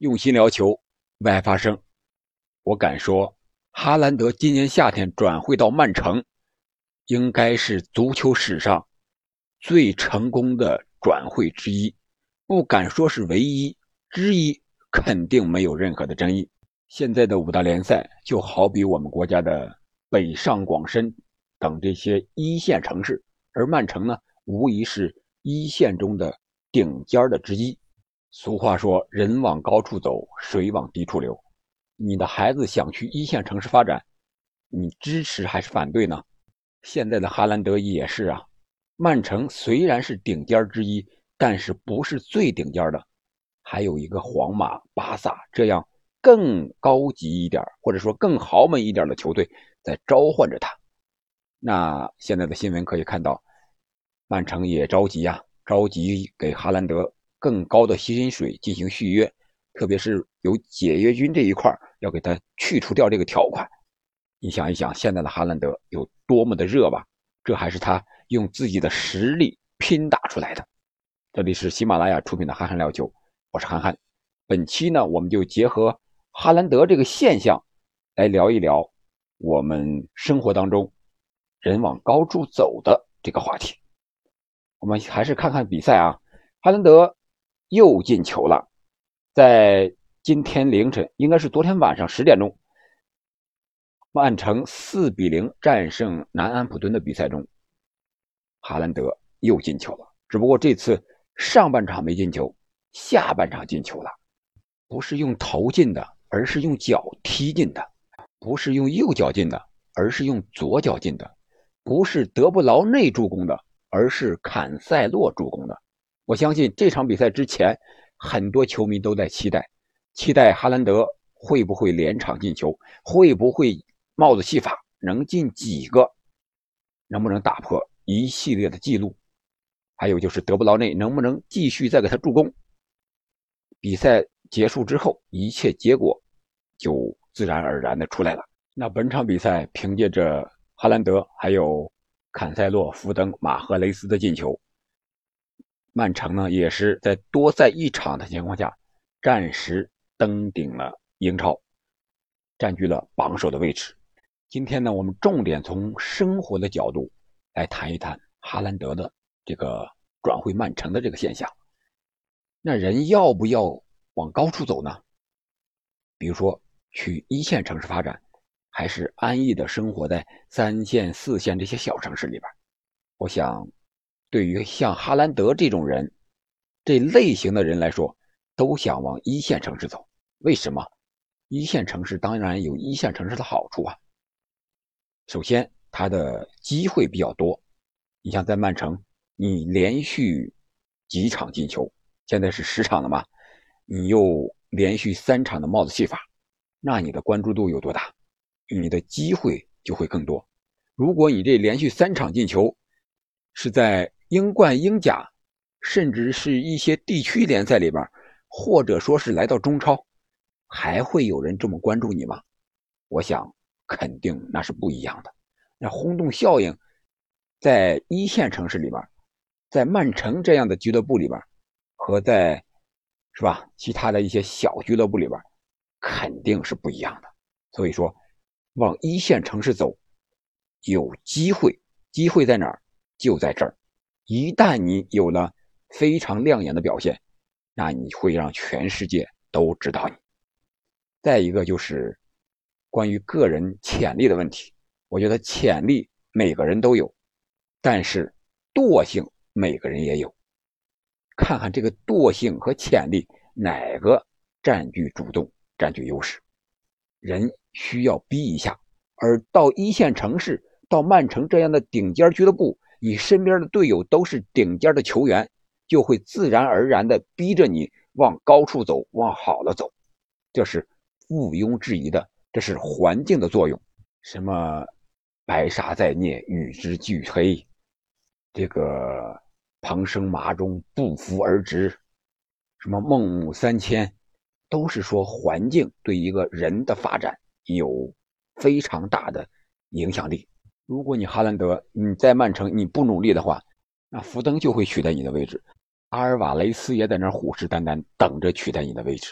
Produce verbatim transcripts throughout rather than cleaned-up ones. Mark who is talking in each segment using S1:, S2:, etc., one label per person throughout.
S1: 用心聊球，为爱发声。我敢说，哈兰德今年夏天转会到曼城，应该是足球史上最成功的转会之一，不敢说是唯一，之一肯定没有任何的争议。现在的五大联赛就好比我们国家的北上广深等这些一线城市，而曼城呢，无疑是一线中的顶尖的之一。俗话说，人往高处走，水往低处流。你的孩子想去一线城市发展，你支持还是反对呢？现在的哈兰德也是啊。曼城虽然是顶尖之一，但是不是最顶尖的，还有一个皇马、巴萨这样更高级一点，或者说更豪门一点的球队在召唤着他。那现在的新闻可以看到，曼城也着急啊，着急给哈兰德更高的薪水进行续约，特别是有解约金这一块要给他去除掉这个条款。你想一想，现在的哈兰德有多么的热吧？这还是他用自己的实力拼打出来的。这里是喜马拉雅出品的憨憨聊球，我是憨憨。本期呢，我们就结合哈兰德这个现象来聊一聊我们生活当中人往高处走的这个话题。我们还是看看比赛啊。哈兰德又进球了，在今天凌晨，应该是昨天晚上十点钟，曼城四比零战胜南安普敦的比赛中，哈兰德又进球了。只不过这次上半场没进球，下半场进球了。不是用头进的，而是用脚踢进的；不是用右脚进的，而是用左脚进的；不是德布劳内助攻的，而是坎塞洛助攻的。我相信这场比赛之前，很多球迷都在期待，期待哈兰德会不会连场进球，会不会帽子戏法，能进几个，能不能打破一系列的记录，还有就是德布劳内能不能继续再给他助攻。比赛结束之后，一切结果就自然而然的出来了。那本场比赛凭借着哈兰德还有坎塞洛、福登、马赫雷斯的进球，曼城呢也是在多赛一场的情况下暂时登顶了英超，占据了榜首的位置。今天呢，我们重点从生活的角度来谈一谈哈兰德的这个转会曼城的这个现象。那人要不要往高处走呢？比如说去一线城市发展，还是安逸的生活在三线、四线这些小城市里边？我想，对于像哈兰德这种人，这类型的人来说，都想往一线城市走。为什么？一线城市当然有一线城市的好处啊。首先，他的机会比较多。你像在曼城，你连续几场进球，现在是十场了嘛，你又连续三场的帽子戏法，那你的关注度有多大？你的机会就会更多。如果你这连续三场进球是在英冠、英甲，甚至是一些地区联赛里边，或者说是来到中超，还会有人这么关注你吗？我想肯定那是不一样的。那轰动效应在一线城市里边，在曼城这样的俱乐部里边，和在是吧其他的一些小俱乐部里边，肯定是不一样的。所以说往一线城市走有机会，机会在哪儿？就在这儿。一旦你有了非常亮眼的表现，那你会让全世界都知道你。再一个就是关于个人潜力的问题，我觉得潜力每个人都有，但是惰性每个人也有。看看这个惰性和潜力哪个占据主动，占据优势。人需要逼一下，而到一线城市，到曼城这样的顶尖俱乐部，你身边的队友都是顶尖的球员，就会自然而然的逼着你往高处走，往好了走。这是毋庸置疑的，这是环境的作用。什么白沙在涅，与之俱黑，这个蓬生麻中，不服而直，什么孟母三迁，都是说环境对一个人的发展有非常大的影响力。如果你哈兰德你在曼城你不努力的话，那福登就会取代你的位置，阿尔瓦雷斯也在那虎视眈眈等着取代你的位置。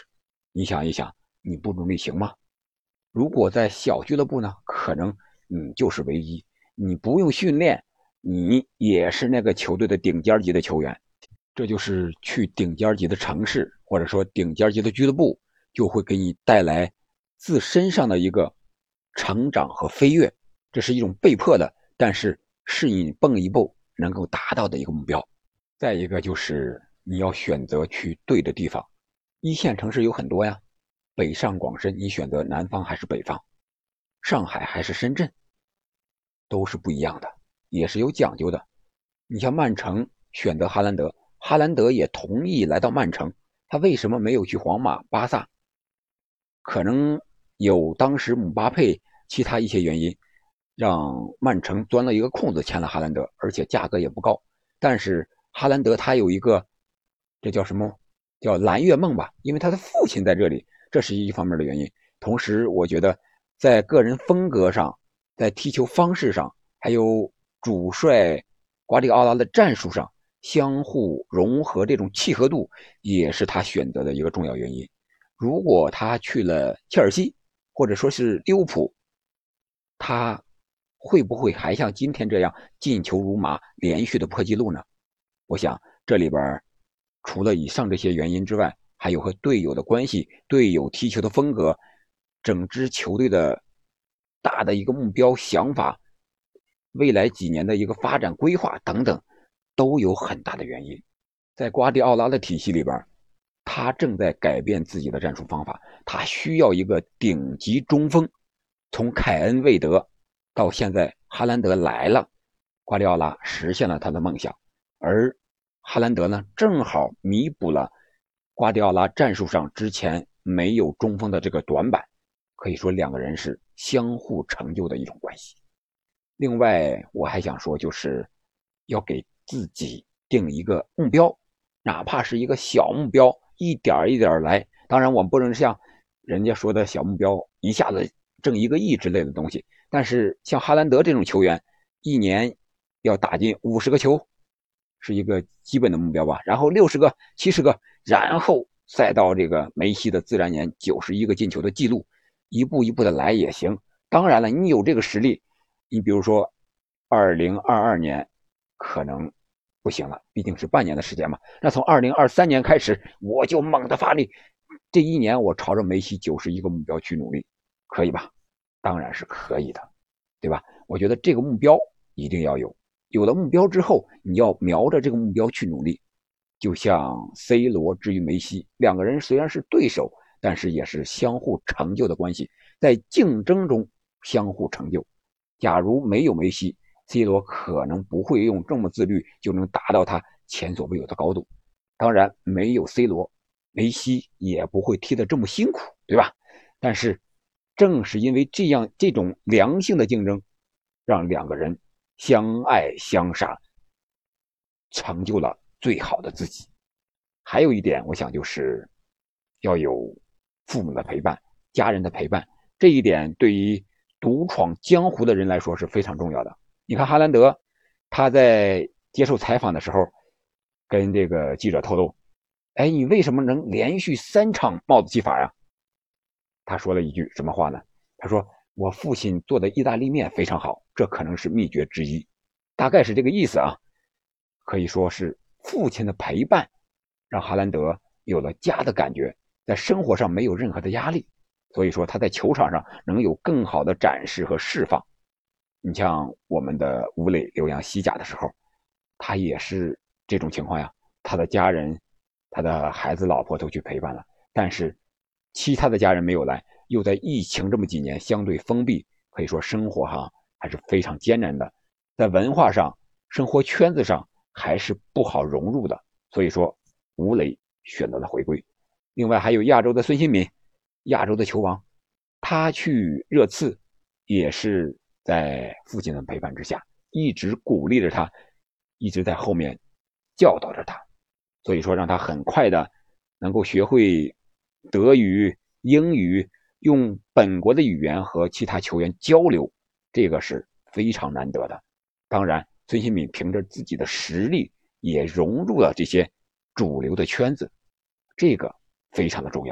S1: 你想一想，你不努力行吗？如果在小俱乐部呢，可能你就是唯一，你不用训练，你也是那个球队的顶尖级的球员。这就是去顶尖级的城市，或者说顶尖级的俱乐部，就会给你带来自身上的一个成长和飞跃。这是一种被迫的，但是是你蹦一步能够达到的一个目标。再一个就是你要选择去对的地方，一线城市有很多呀，北上广深，你选择南方还是北方，上海还是深圳，都是不一样的，也是有讲究的。你像曼城选择哈兰德，哈兰德也同意来到曼城，他为什么没有去皇马、巴萨？可能有当时姆巴佩其他一些原因，让曼城钻了一个空子签了哈兰德，而且价格也不高。但是哈兰德他有一个，这叫什么？叫蓝月梦吧，因为他的父亲在这里，这是一方面的原因。同时，我觉得在个人风格上，在踢球方式上，还有主帅瓜迪奥拉的战术上，相互融合这种契合度，也是他选择的一个重要原因。如果他去了切尔西，或者说是利物浦，他会不会还像今天这样进球如麻，连续的破纪录呢？我想这里边除了以上这些原因之外，还有和队友的关系、队友踢球的风格、整支球队的大的一个目标想法、未来几年的一个发展规划等等，都有很大的原因。在瓜迪奥拉的体系里边，他正在改变自己的战术方法，他需要一个顶级中锋。从凯恩、魏德到现在哈兰德来了，瓜迪奥拉实现了他的梦想，而哈兰德呢，正好弥补了瓜迪奥拉战术上之前没有中锋的这个短板，可以说两个人是相互成就的一种关系。另外，我还想说，就是要给自己定一个目标，哪怕是一个小目标，一点一点来。当然，我们不能像人家说的小目标一下子挣一个亿之类的东西。但是像哈兰德这种球员，一年要打进五十个球，是一个基本的目标吧。然后六十个、七十个，然后再到这个梅西的自然年九十一个进球的记录，一步一步的来也行。当然了，你有这个实力，你比如说二零二二年可能不行了，毕竟是半年的时间嘛。那从二零二三年开始，我就猛地发力，这一年我朝着梅西九十一个目标去努力，可以吧？当然是可以的，对吧？我觉得这个目标一定要有，有了目标之后，你要瞄着这个目标去努力。就像 C 罗之于梅西，两个人虽然是对手，但是也是相互成就的关系，在竞争中相互成就。假如没有梅西，C 罗可能不会用这么自律就能达到他前所未有的高度。当然，没有 C 罗，梅西也不会踢得这么辛苦，对吧？但是正是因为这样这种良性的竞争，让两个人相爱相杀，成就了最好的自己。还有一点，我想就是要有父母的陪伴、家人的陪伴，这一点对于独闯江湖的人来说是非常重要的。你看哈兰德，他在接受采访的时候，跟这个记者透露：“哎，你为什么能连续三场帽子戏法呀？”他说了一句什么话呢？他说：“我父亲做的意大利面非常好，这可能是秘诀之一。”大概是这个意思啊。可以说是父亲的陪伴，让哈兰德有了家的感觉，在生活上没有任何的压力，所以说他在球场上能有更好的展示和释放。你像我们的吴磊留洋西甲的时候，他也是这种情况呀，他的家人、他的孩子、老婆都去陪伴了，但是其他的家人没有来，又在疫情这么几年相对封闭，可以说生活哈还是非常艰难的，在文化上、生活圈子上还是不好融入的，所以说吴磊选择了回归。另外还有亚洲的孙兴敏，亚洲的球王，他去热刺也是在父亲的陪伴之下，一直鼓励着他，一直在后面教导着他，所以说让他很快的能够学会德语、英语，用本国的语言和其他球员交流，这个是非常难得的。当然，孙兴敏凭着自己的实力也融入了这些主流的圈子，这个非常的重要。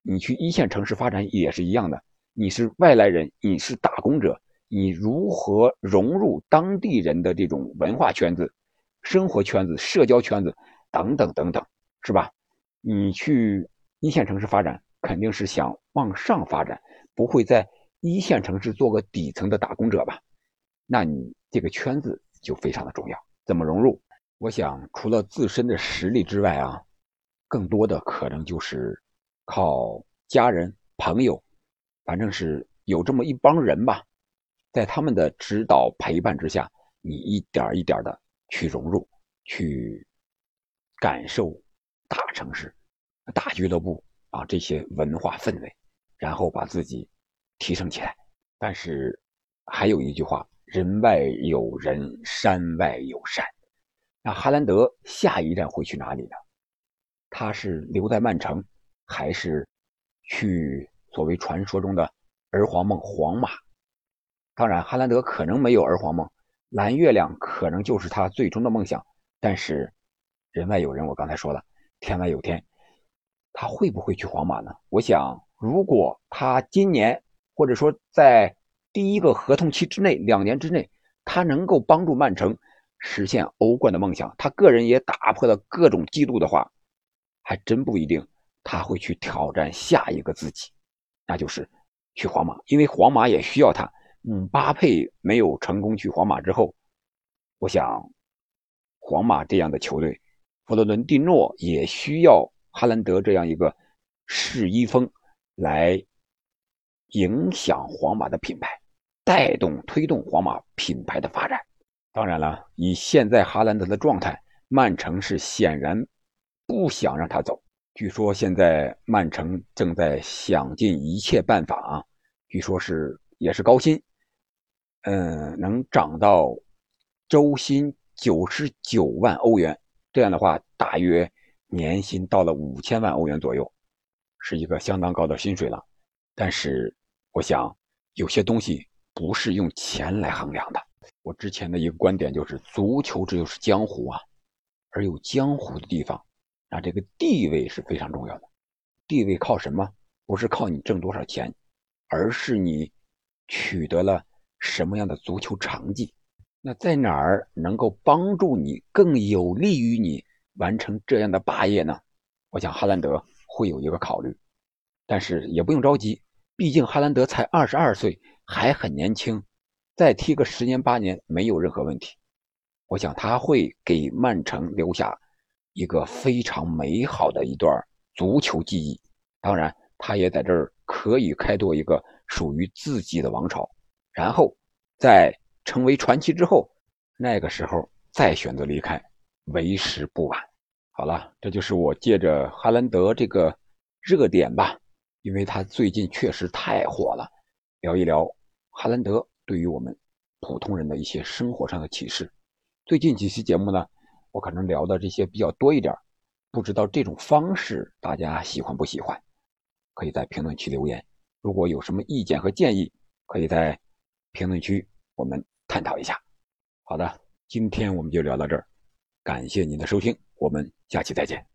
S1: 你去一线城市发展也是一样的，你是外来人，你是打工者，你如何融入当地人的这种文化圈子、生活圈子、社交圈子等等等等，是吧？你去一线城市发展，肯定是想往上发展，不会在一线城市做个底层的打工者吧？那你这个圈子就非常的重要。怎么融入？我想除了自身的实力之外啊，更多的可能就是靠家人、朋友，反正是有这么一帮人吧，在他们的指导陪伴之下，你一点一点的去融入，去感受大城市、大俱乐部啊这些文化氛围，然后把自己提升起来。但是还有一句话，人外有人，山外有山。那哈兰德下一站会去哪里呢？他是留在曼城，还是去所谓传说中的儿皇梦皇马？当然，哈兰德可能没有儿皇梦，蓝月亮可能就是他最终的梦想。但是人外有人，我刚才说了，天外有天，他会不会去皇马呢？我想，如果他今年或者说在第一个合同期之内，两年之内，他能够帮助曼城实现欧冠的梦想，他个人也打破了各种记录的话，还真不一定他会去挑战下一个自己，那就是去皇马，因为皇马也需要他。姆巴佩没有成功去皇马之后，我想皇马这样的球队，弗洛伦蒂诺也需要哈兰德这样一个世一锋来影响皇马的品牌，带动推动皇马品牌的发展。当然了，以现在哈兰德的状态，曼城是显然不想让他走。据说现在曼城正在想尽一切办法啊，据说是也是高薪，嗯，能涨到周薪九十九万欧元，这样的话大约年薪到了五千万欧元左右，是一个相当高的薪水了。但是我想有些东西不是用钱来衡量的。我之前的一个观点就是，足球这就是江湖啊，而有江湖的地方，那这个地位是非常重要的。地位靠什么？不是靠你挣多少钱，而是你取得了什么样的足球成绩。那在哪儿能够帮助你，更有利于你完成这样的霸业呢？我想哈兰德会有一个考虑，但是也不用着急，毕竟哈兰德才二十二岁，还很年轻，再踢个十年八年没有任何问题。我想他会给曼城留下一个非常美好的一段足球记忆。当然，他也在这儿可以开拓一个属于自己的王朝，然后在成为传奇之后，那个时候再选择离开，为时不晚。好了，这就是我借着哈兰德这个热点吧，因为他最近确实太火了，聊一聊哈兰德对于我们普通人的一些生活上的启示。最近几期节目呢，我可能聊的这些比较多一点，不知道这种方式大家喜欢不喜欢？可以在评论区留言。如果有什么意见和建议，可以在评论区我们探讨一下。好的，今天我们就聊到这儿，感谢您的收听，我们下期再见。